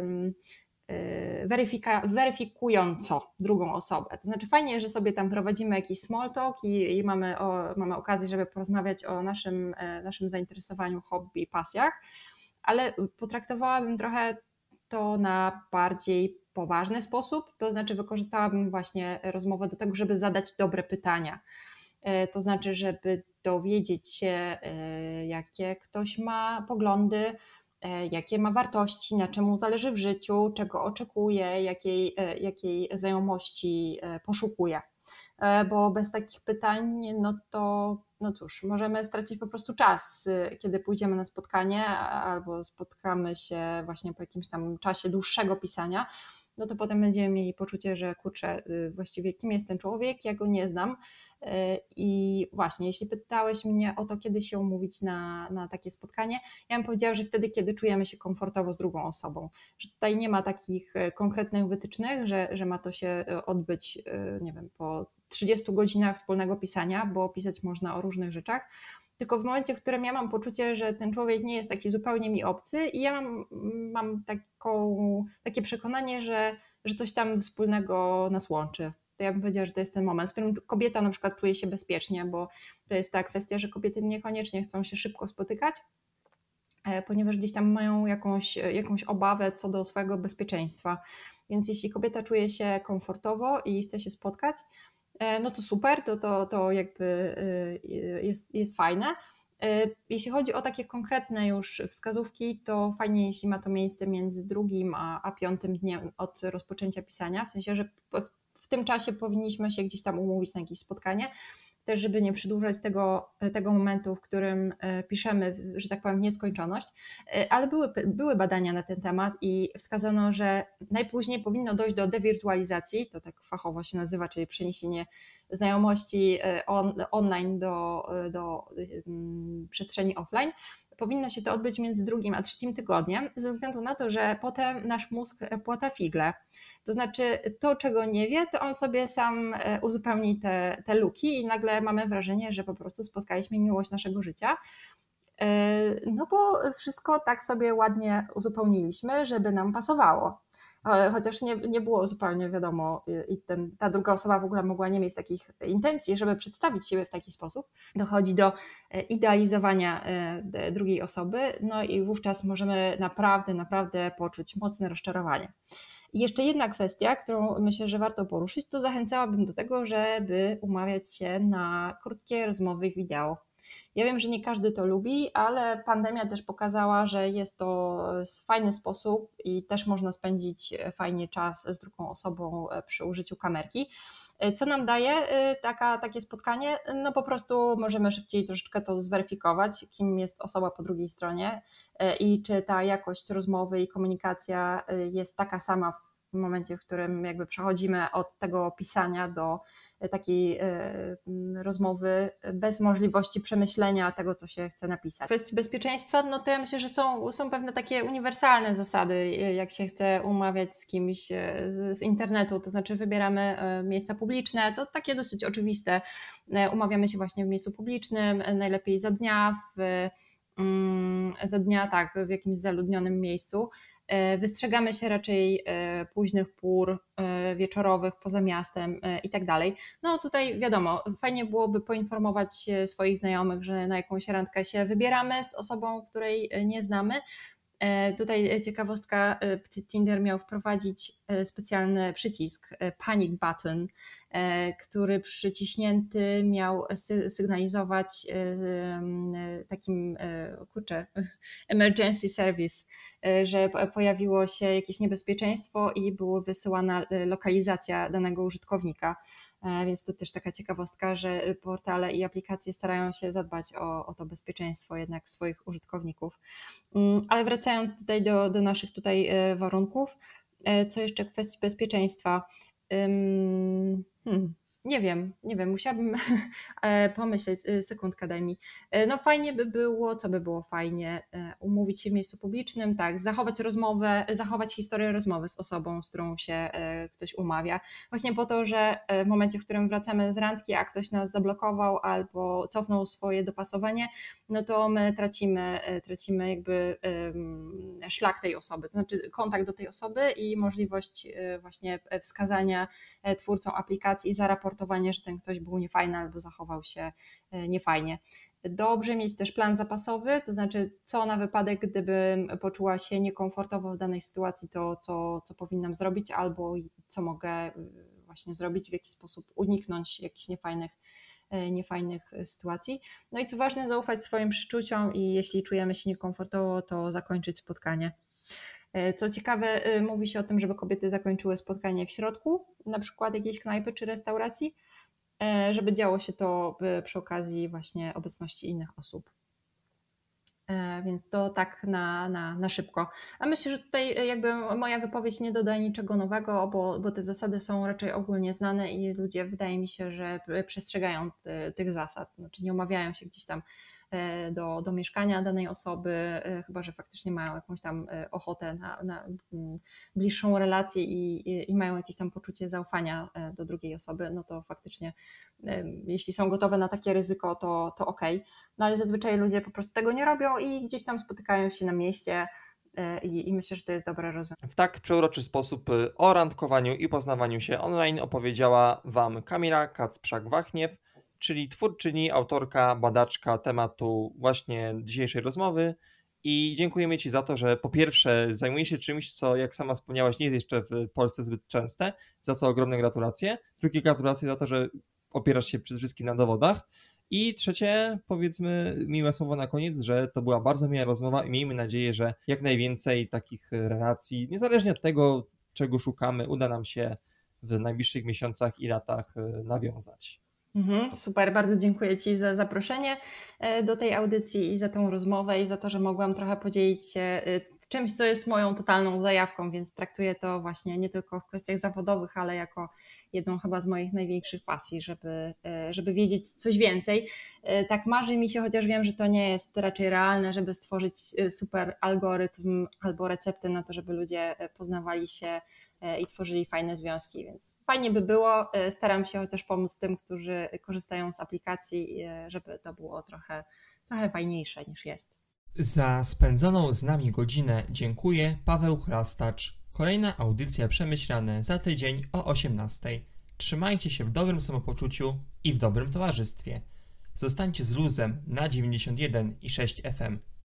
weryfikująco drugą osobę. To znaczy fajnie, że sobie tam prowadzimy jakiś small talk i mamy okazję, żeby porozmawiać o naszym zainteresowaniu, hobby, pasjach, ale potraktowałabym trochę to na bardziej poważny sposób, to znaczy wykorzystałabym właśnie rozmowę do tego, żeby zadać dobre pytania. To znaczy, żeby dowiedzieć się, jakie ktoś ma poglądy, jakie ma wartości, na czemu zależy w życiu, czego oczekuje, jakiej znajomości poszukuje. Bo bez takich pytań, no cóż, możemy stracić po prostu czas, kiedy pójdziemy na spotkanie albo spotkamy się właśnie po jakimś tam czasie dłuższego pisania, no to potem będziemy mieli poczucie, że kurczę, właściwie kim jest ten człowiek, ja go nie znam. I właśnie, jeśli pytałeś mnie o to, kiedy się umówić na takie spotkanie, ja bym powiedziała, że wtedy, kiedy czujemy się komfortowo z drugą osobą, że tutaj nie ma takich konkretnych wytycznych, że ma to się odbyć, nie wiem, po 30 godzinach wspólnego pisania, bo pisać można o różnych rzeczach, tylko w momencie, w którym ja mam poczucie, że ten człowiek nie jest taki zupełnie mi obcy i ja mam takie przekonanie, że coś tam wspólnego nas łączy. To ja bym powiedziała, że to jest ten moment, w którym kobieta na przykład czuje się bezpiecznie, bo to jest ta kwestia, że kobiety niekoniecznie chcą się szybko spotykać, ponieważ gdzieś tam mają jakąś obawę co do swojego bezpieczeństwa. Więc jeśli kobieta czuje się komfortowo i chce się spotkać, no to super, to jakby jest fajne. Jeśli chodzi o takie konkretne już wskazówki, to fajnie, jeśli ma to miejsce między drugim a piątym dniem od rozpoczęcia pisania, w sensie, że w tym czasie powinniśmy się gdzieś tam umówić na jakieś spotkanie, też żeby nie przedłużać tego momentu, w którym piszemy, że tak powiem, w nieskończoność, ale były badania na ten temat i wskazano, że najpóźniej powinno dojść do dewirtualizacji, to tak fachowo się nazywa, czyli przeniesienie znajomości online do przestrzeni offline. Powinno się to odbyć między drugim a trzecim tygodniem, ze względu na to, że potem nasz mózg płata figle. To znaczy to, czego nie wie, to on sobie sam uzupełni te luki i nagle mamy wrażenie, że po prostu spotkaliśmy miłość naszego życia. No bo wszystko tak sobie ładnie uzupełniliśmy, żeby nam pasowało. Chociaż nie było zupełnie wiadomo i ta druga osoba w ogóle mogła nie mieć takich intencji, żeby przedstawić siebie w taki sposób. Dochodzi do idealizowania drugiej osoby, no i wówczas możemy naprawdę poczuć mocne rozczarowanie. I jeszcze jedna kwestia, którą myślę, że warto poruszyć, to zachęcałabym do tego, żeby umawiać się na krótkie rozmowy wideo. Ja wiem, że nie każdy to lubi, ale pandemia też pokazała, że jest to fajny sposób i też można spędzić fajnie czas z drugą osobą przy użyciu kamerki. Co nam daje takie spotkanie? No po prostu możemy szybciej troszeczkę to zweryfikować, kim jest osoba po drugiej stronie i czy ta jakość rozmowy i komunikacja jest taka sama w momencie, w którym jakby przechodzimy od tego pisania do takiej rozmowy bez możliwości przemyślenia tego, co się chce napisać. W kwestii bezpieczeństwa, no to ja myślę, że są pewne takie uniwersalne zasady, jak się chce umawiać z kimś z internetu, to znaczy wybieramy miejsca publiczne, to takie dosyć oczywiste. Umawiamy się właśnie w miejscu publicznym, najlepiej za dnia, tak, w jakimś zaludnionym miejscu. Wystrzegamy się raczej późnych pór wieczorowych poza miastem i tak dalej. No tutaj wiadomo, fajnie byłoby poinformować swoich znajomych, że na jakąś randkę się wybieramy z osobą, której nie znamy. Tutaj ciekawostka, Tinder miał wprowadzić specjalny przycisk, panic button, który przyciśnięty miał sygnalizować takim, emergency service, że pojawiło się jakieś niebezpieczeństwo i była wysyłana lokalizacja danego użytkownika. Więc to też taka ciekawostka, że portale i aplikacje starają się zadbać o to bezpieczeństwo jednak swoich użytkowników. Ale wracając tutaj do naszych tutaj warunków, co jeszcze w kwestii bezpieczeństwa? Nie wiem, musiałabym pomyśleć, sekundkę daj mi. No fajnie by było, co by było fajnie, umówić się w miejscu publicznym, tak, zachować historię rozmowy z osobą, z którą się ktoś umawia, właśnie po to, że w momencie, w którym wracamy z randki, a ktoś nas zablokował albo cofnął swoje dopasowanie, no to my tracimy jakby szlak tej osoby, to znaczy kontakt do tej osoby i możliwość właśnie wskazania twórcom aplikacji, zaraportowania, że ten ktoś był niefajny albo zachował się niefajnie. Dobrze mieć też plan zapasowy, to znaczy co na wypadek, gdybym poczuła się niekomfortowo w danej sytuacji, to co powinnam zrobić albo co mogę właśnie zrobić, w jaki sposób uniknąć jakichś niefajnych sytuacji. No i co ważne, zaufać swoim przeczuciom i jeśli czujemy się niekomfortowo, to zakończyć spotkanie. Co ciekawe, mówi się o tym, żeby kobiety zakończyły spotkanie w środku, na przykład jakiejś knajpy czy restauracji, żeby działo się to przy okazji właśnie obecności innych osób. Więc to tak na szybko. A myślę, że tutaj jakby moja wypowiedź nie doda niczego nowego, bo te zasady są raczej ogólnie znane i ludzie, wydaje mi się, że przestrzegają tych zasad. Znaczy nie umawiają się gdzieś tam do mieszkania danej osoby, chyba że faktycznie mają jakąś tam ochotę na bliższą relację i mają jakieś tam poczucie zaufania do drugiej osoby, no to faktycznie jeśli są gotowe na takie ryzyko, to okej. No ale zazwyczaj ludzie po prostu tego nie robią i gdzieś tam spotykają się na mieście i myślę, że to jest dobre rozwiązanie. W tak przeuroczy sposób o randkowaniu i poznawaniu się online opowiedziała Wam Kamila Kacprzak-Wachniew, czyli twórczyni, autorka, badaczka tematu właśnie dzisiejszej rozmowy. I dziękujemy Ci za to, że po pierwsze zajmujesz się czymś, co jak sama wspomniałaś nie jest jeszcze w Polsce zbyt częste, za co ogromne gratulacje. Drugie gratulacje za to, że opierasz się przede wszystkim na dowodach. I trzecie, powiedzmy miłe słowo na koniec, że to była bardzo miła rozmowa i miejmy nadzieję, że jak najwięcej takich relacji, niezależnie od tego, czego szukamy, uda nam się w najbliższych miesiącach i latach nawiązać. Super, bardzo dziękuję Ci za zaproszenie do tej audycji i za tą rozmowę i za to, że mogłam trochę podzielić się czymś, co jest moją totalną zajawką, więc traktuję to właśnie nie tylko w kwestiach zawodowych, ale jako jedną chyba z moich największych pasji, żeby wiedzieć coś więcej. Tak marzy mi się, chociaż wiem, że to nie jest raczej realne, żeby stworzyć super algorytm albo receptę na to, żeby ludzie poznawali się i tworzyli fajne związki, więc fajnie by było. Staram się chociaż pomóc tym, którzy korzystają z aplikacji, żeby to było trochę fajniejsze niż jest. Za spędzoną z nami godzinę dziękuję. Paweł Chrastacz. Kolejna audycja Przemyślane za tydzień o 18:00. Trzymajcie się w dobrym samopoczuciu i w dobrym towarzystwie. Zostańcie z luzem na 91,6 FM.